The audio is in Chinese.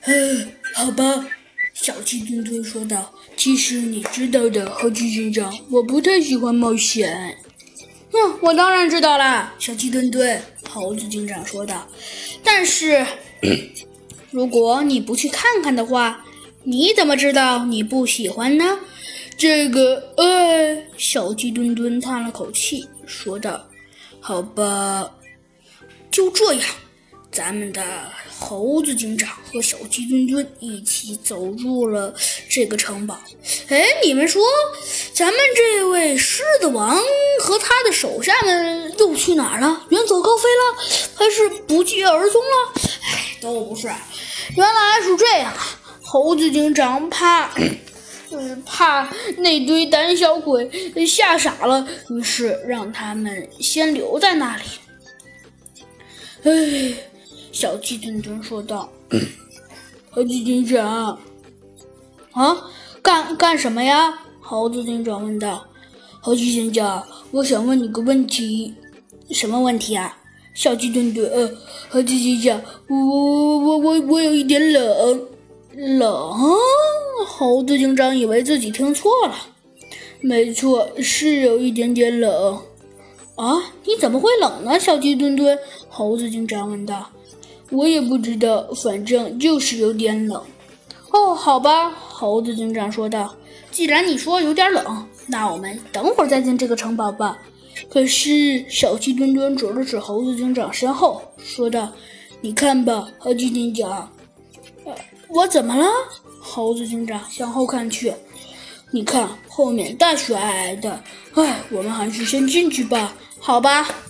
好吧，小鸡墩墩说道。其实你知道的，猴子警长，我不太喜欢冒险。我当然知道啦，小鸡墩墩，猴子警长说道。但是，如果你不去看看的话，你怎么知道你不喜欢呢？小鸡墩墩叹了口气，说道：“好吧，就这样。”咱们的猴子警长和小鸡墩墩一起走入了这个城堡。你们说，咱们这位狮子王和他的手下们又去哪儿了？远走高飞了，还是不翼而踪了？都不是，原来是这样。猴子警长怕那堆胆小鬼吓傻了，于是让他们先留在那里。小鸡墩墩说道：“猴子警长，干什么呀？”猴子警长问道。猴子警长，我想问你个问题。什么问题啊？小鸡墩墩，猴子警长，我有一点冷。冷？猴子警长以为自己听错了。没错，是有一点点冷。你怎么会冷呢？小鸡墩墩，猴子警长问道。我也不知道，反正就是有点冷。好吧，猴子警长说道。既然你说有点冷，那我们等会儿再进这个城堡吧。可是，小鸡墩墩指了指猴子警长身后，说道：“你看吧，猴子警长。”我怎么了？猴子警长向后看去。你看，后面大雪皑皑的。我们还是先进去吧。好吧。